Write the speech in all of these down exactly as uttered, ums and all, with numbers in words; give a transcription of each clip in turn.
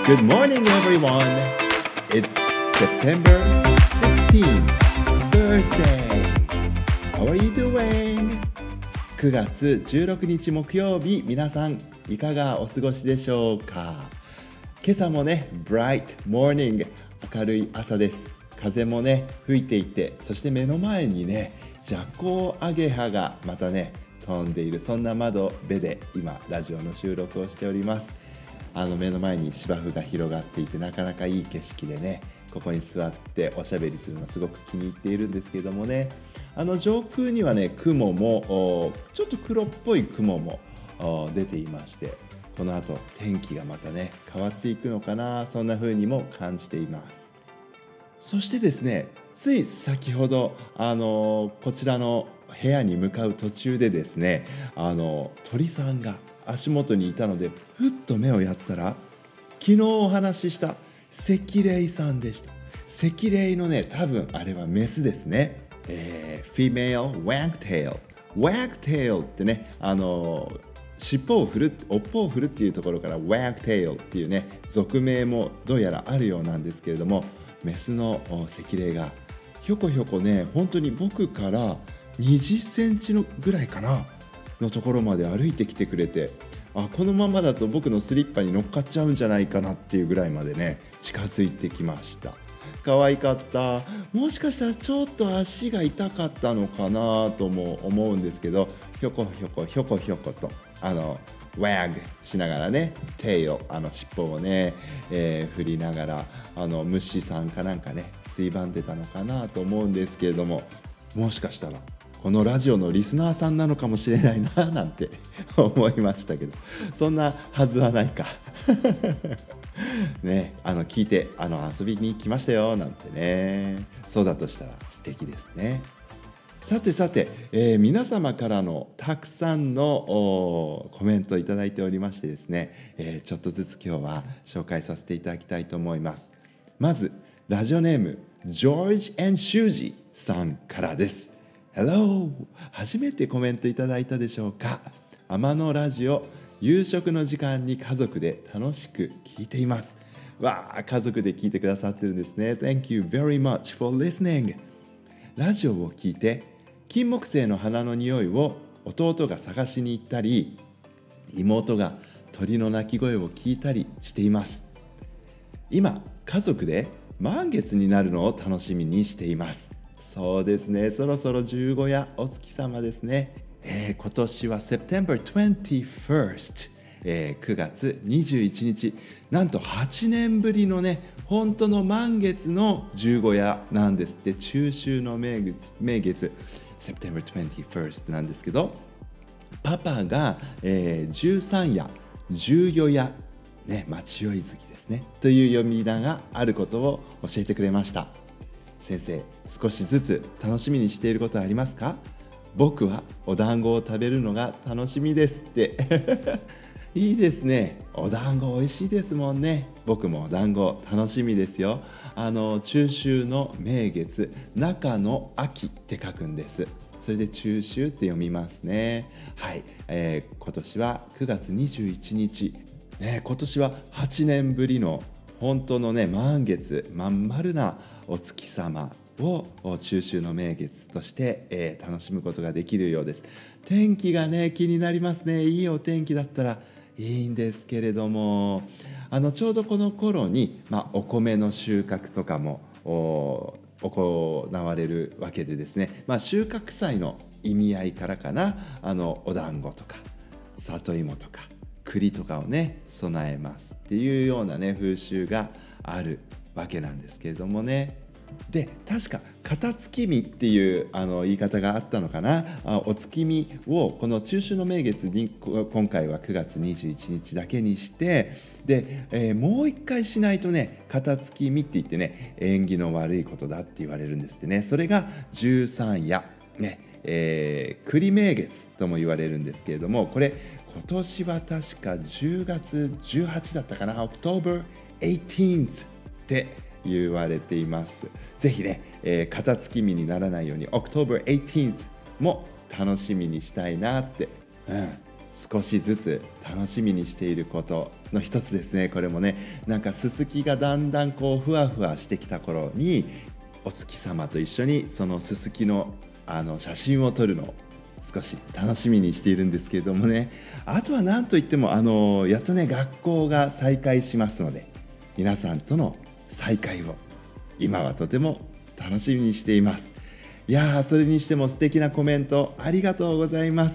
Good morning, everyone. It's September sixteenth, Thursday. How are you doing? くがつじゅうろくにち木曜日、皆さんいかがお過ごしでしょうか。今朝もね、bright morning、明るい朝です。風もね、吹いていて、そして目の前にね、ジャコウアゲハがまたね、飛んでいる、そんな窓辺で今ラジオの収録をしております。あの目の前に芝生が広がっていて、なかなかいい景色でね、ここに座っておしゃべりするのすごく気に入っているんですけどもね、あの上空にはね、雲もちょっと黒っぽい雲も出ていまして、この後天気がまたね変わっていくのかな、そんな風にも感じています。そしてですね、つい先ほどあのこちらの部屋に向かう途中でですね、あの鳥さんが足元にいたので、ふっと目をやったら、昨日お話しした赤霊さんでした。赤霊のね、多分あれはメスですね。えー、Female Wagtail。Wagtail ってね、あの尻尾を振る、尾っぽを振るっていうところから Wagtail っていうね、俗名もどうやらあるようなんですけれども、メスの赤霊がひょこひょこね、本当に僕からにじゅっセンチのぐらいかなのところまで歩いてきてくれて、あ、このままだと僕のスリッパに乗っかっちゃうんじゃないかなっていうぐらいまでね、近づいてきました。可愛かった。もしかしたらちょっと足が痛かったのかなとも思うんですけど、ひょこひょこひょこひょことあのワグしながらね、手をあの尻尾をね、えー、振りながら、あの虫さんかなんかねついばんでたのかなと思うんですけれども、もしかしたらこのラジオのリスナーさんなのかもしれないななんて思いましたけど、そんなはずはないかね、あの聞いてあの遊びに来ましたよなんてね、そうだとしたら素敵ですね。さてさて、えー、皆様からのたくさんのコメントをいただいておりましてですね、えー、ちょっとずつ今日は紹介させていただきたいと思います。まずラジオネームジョージ・エン・シュージさんからです。Hello! 初めてコメントいただいたでしょうか。天野ラジオ、夕食の時間に家族で楽しく聞いています。わあ、家族で聞いてくださってるんですね。Thank you very much for listening. ラジオを聞いて金木犀の花の匂いを弟が探しに行ったり、妹が鳥の鳴き声を聞いたりしています。今家族で満月になるのを楽しみにしています。そうですね、そろそろ十五夜お月様ですね。えー、今年は September twenty-first、えー、くがつにじゅういちにち、なんとはちねんぶりのね、本当の満月の十五夜なんですって。中秋の名月、名月 September twenty-first なんですけど、パパが、えー、十三夜、十四夜ね、待宵月ですねという読み名があることを教えてくれました。先生、少しずつ楽しみにしていることはありますか？僕はお団子を食べるのが楽しみですっていいですね。お団子美味しいですもんね。僕もお団子楽しみですよ。あの中秋の名月、中の秋って書くんです。それで中秋って読みますね。はい、えー、今年はくがつにじゅういちにち、ね、今年ははちねんぶりの本当のね、満月、まん丸なお月様を中秋の名月として、えー、楽しむことができるようです。天気がね、気になりますね。いいお天気だったらいいんですけれども、あのちょうどこの頃に、まあ、お米の収穫とかも行われるわけでですね、まあ、収穫祭の意味合いからかな、あのお団子とか里芋とか栗とかをね備えますっていうようなね風習があるわけなんですけれどもね。で、確か片月見っていうあの言い方があったのかな。あ、お月見をこの中秋の名月に今回はくがつにじゅういちにちだけにして、で、えー、もう一回しないとね、片月見って言ってね、縁起の悪いことだって言われるんですってね。それが十三夜ね、えー、栗名月とも言われるんですけれども、これ今年は確かじゅうがつじゅうはちだったかな、 October eighteenth って言われています。ぜひね、えー、片月見にならないように October eighteenth も楽しみにしたいなって、うん、 少しずつ楽しみにしていることの一つですね。これもね、なんかすすきがだんだんこうふわふわしてきた頃に、お月様と一緒にそのすすきのあの写真を撮るのを少し楽しみにしているんですけれどもね。あとは何といってもあのやっとね学校が再開しますので、皆さんとの再会を今はとても楽しみにしています。いやー、それにしても素敵なコメントありがとうございます。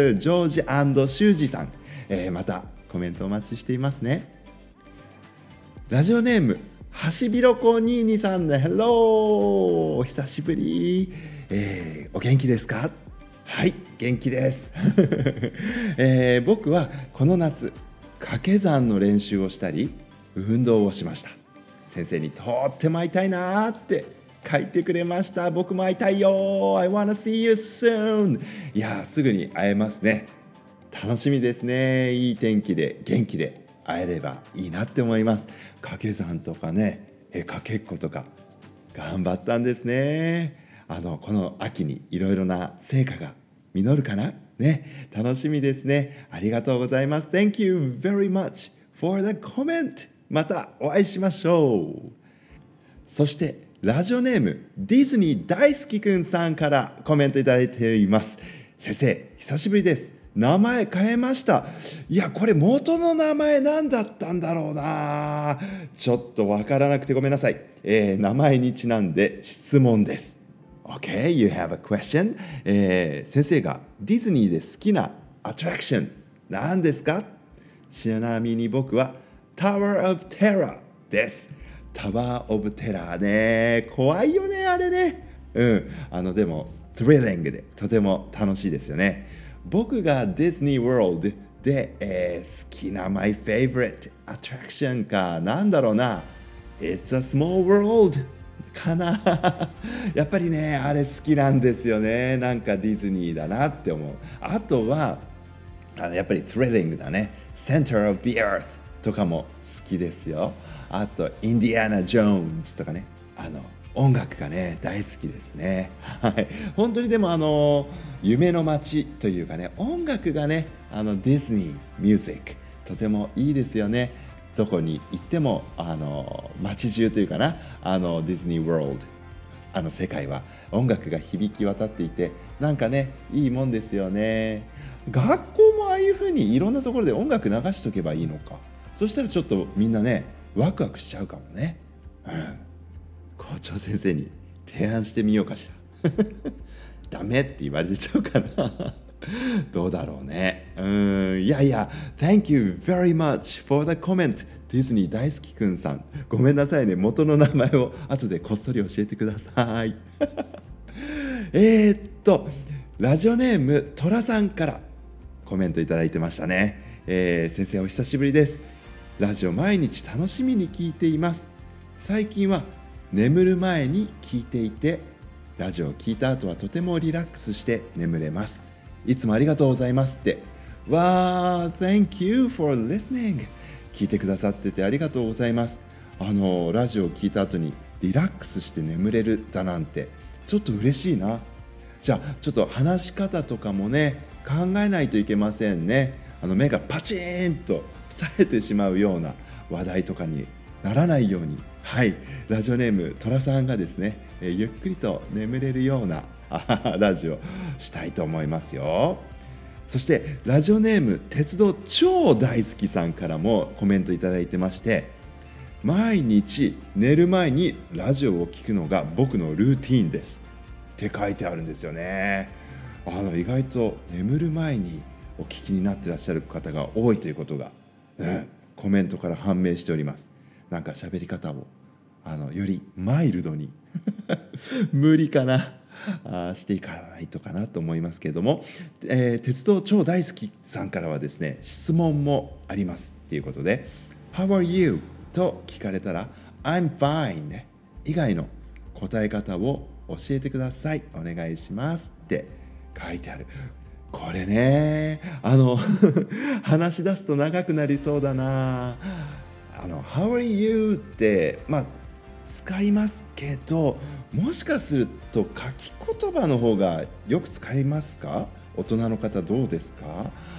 ジョージ&シュージさん、えー、またコメントお待ちしていますね。ラジオネームはしびろこにじゅうにさん、ヘロー、お久しぶり、えー、お元気ですか？はい、元気です、えー、僕はこの夏掛け算の練習をしたり運動をしました。先生にとっても会いたいなって書いてくれました。僕も会いたいよ。 I wanna see you soon。 いやー、すぐに会えますね。楽しみですね。いい天気で元気で会えればいいなって思います。掛け算とかね、えかけっことか頑張ったんですね。あのこの秋にいろいろな成果が実るかなね。楽しみですね。ありがとうございます。 Thank you very much for the comment。 またお会いしましょう。そしてラジオネームディズニー大好きくんさんからコメントいただいています。先生、久しぶりです。名前変えました。いや、これ元の名前何だったんだろうな。ちょっとわからなくてごめんなさい、えー、名前にちなんで質問です。 OK, you have a question、えー、先生がディズニーで好きなアトラクション何ですか？ちなみに僕はタワーオブテラーです。タワーオブテラーね、怖いよねあれね。うん、あのでもスリリングでとても楽しいですよね。僕がディズニーワールドで、えー、好きな My favorite attraction かなんだろうな。 It's a small world かなやっぱりねあれ好きなんですよね。なんかディズニーだなって思う。あとはあのやっぱりスリリングだね。 Center of the Earth とかも好きですよ。あとインディアナ・ジョーンズとかね、あの音楽がね大好きですね。はい、本当にでもあの夢の街というかね、音楽がねあのディズニーミュージックとてもいいですよね。どこに行ってもあの街中というかな、あのディズニーワールド、あの世界は音楽が響き渡っていて、なんかねいいもんですよね。学校もああいう風にいろんなところで音楽流しとけばいいのか。そしたらちょっとみんなねワクワクしちゃうかもね。うん、校長先生に提案してみようかしらダメって言われちゃうかなどうだろうね。うーん、いやいや Thank you very much for the comment。 ディズニー大好きくんさん、ごめんなさいね、元の名前を後でこっそり教えてくださいえーっとラジオネームトラさんからコメントいただいてましたね。えー、先生お久しぶりです。ラジオ毎日楽しみに聞いています。最近は眠る前に聞いていて、ラジオを聞いた後はとてもリラックスして眠れます。いつもありがとうございますって。わー Thank you for listening。 聞いてくださっててありがとうございます。あのラジオを聞いた後にリラックスして眠れるだなんてちょっと嬉しいな。じゃあちょっと話し方とかもね考えないといけませんね。あの目がパチーンと冴えてしまうような話題とかにならないように、はい、ラジオネームトラさんがですね、えー、ゆっくりと眠れるようなラジオしたいと思いますよ。そしてラジオネーム鉄道超大好きさんからもコメントいただいてまして、毎日寝る前にラジオを聞くのが僕のルーティーンですって書いてあるんですよね。あの意外と眠る前にお聞きになってらっしゃる方が多いということが、ね、コメントから判明しております。なんか喋り方をあのよりマイルドに無理かなあしていかないとかなと思いますけれども、えー、鉄道超大好きさんからはですね質問もありますということで How are you? と聞かれたら I'm fine 以外の答え方を教えてください、お願いしますって書いてある。これねあの話し出すと長くなりそうだな。あの How are you? ってまあ使いますけど、もしかすると書き言葉の方がよく使いますか？大人の方どうですか？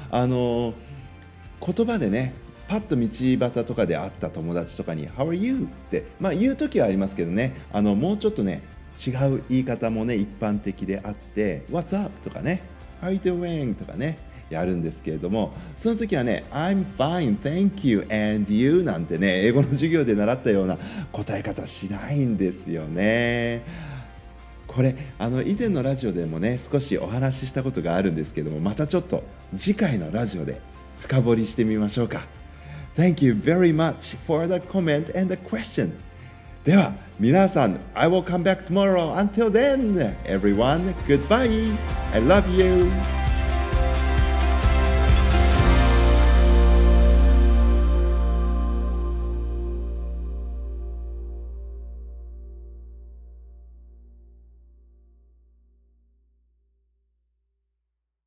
あの言葉でねパッと道端とかで会った友達とかに How are you? って、まあ、言うときはありますけどね、あのもうちょっとね違う言い方もね一般的であって What's up? とかね How are you doing? とかねやるんですけれども、その時はね I'm fine, thank you, and you なんてね英語の授業で習ったような答え方しないんですよね。これあの以前のラジオでもね少しお話ししたことがあるんですけども、またちょっと次回のラジオで深掘りしてみましょうか。 Thank you very much for the comment and the question. では皆さん I will come back tomorrow. Until then everyone, goodbye. I love you.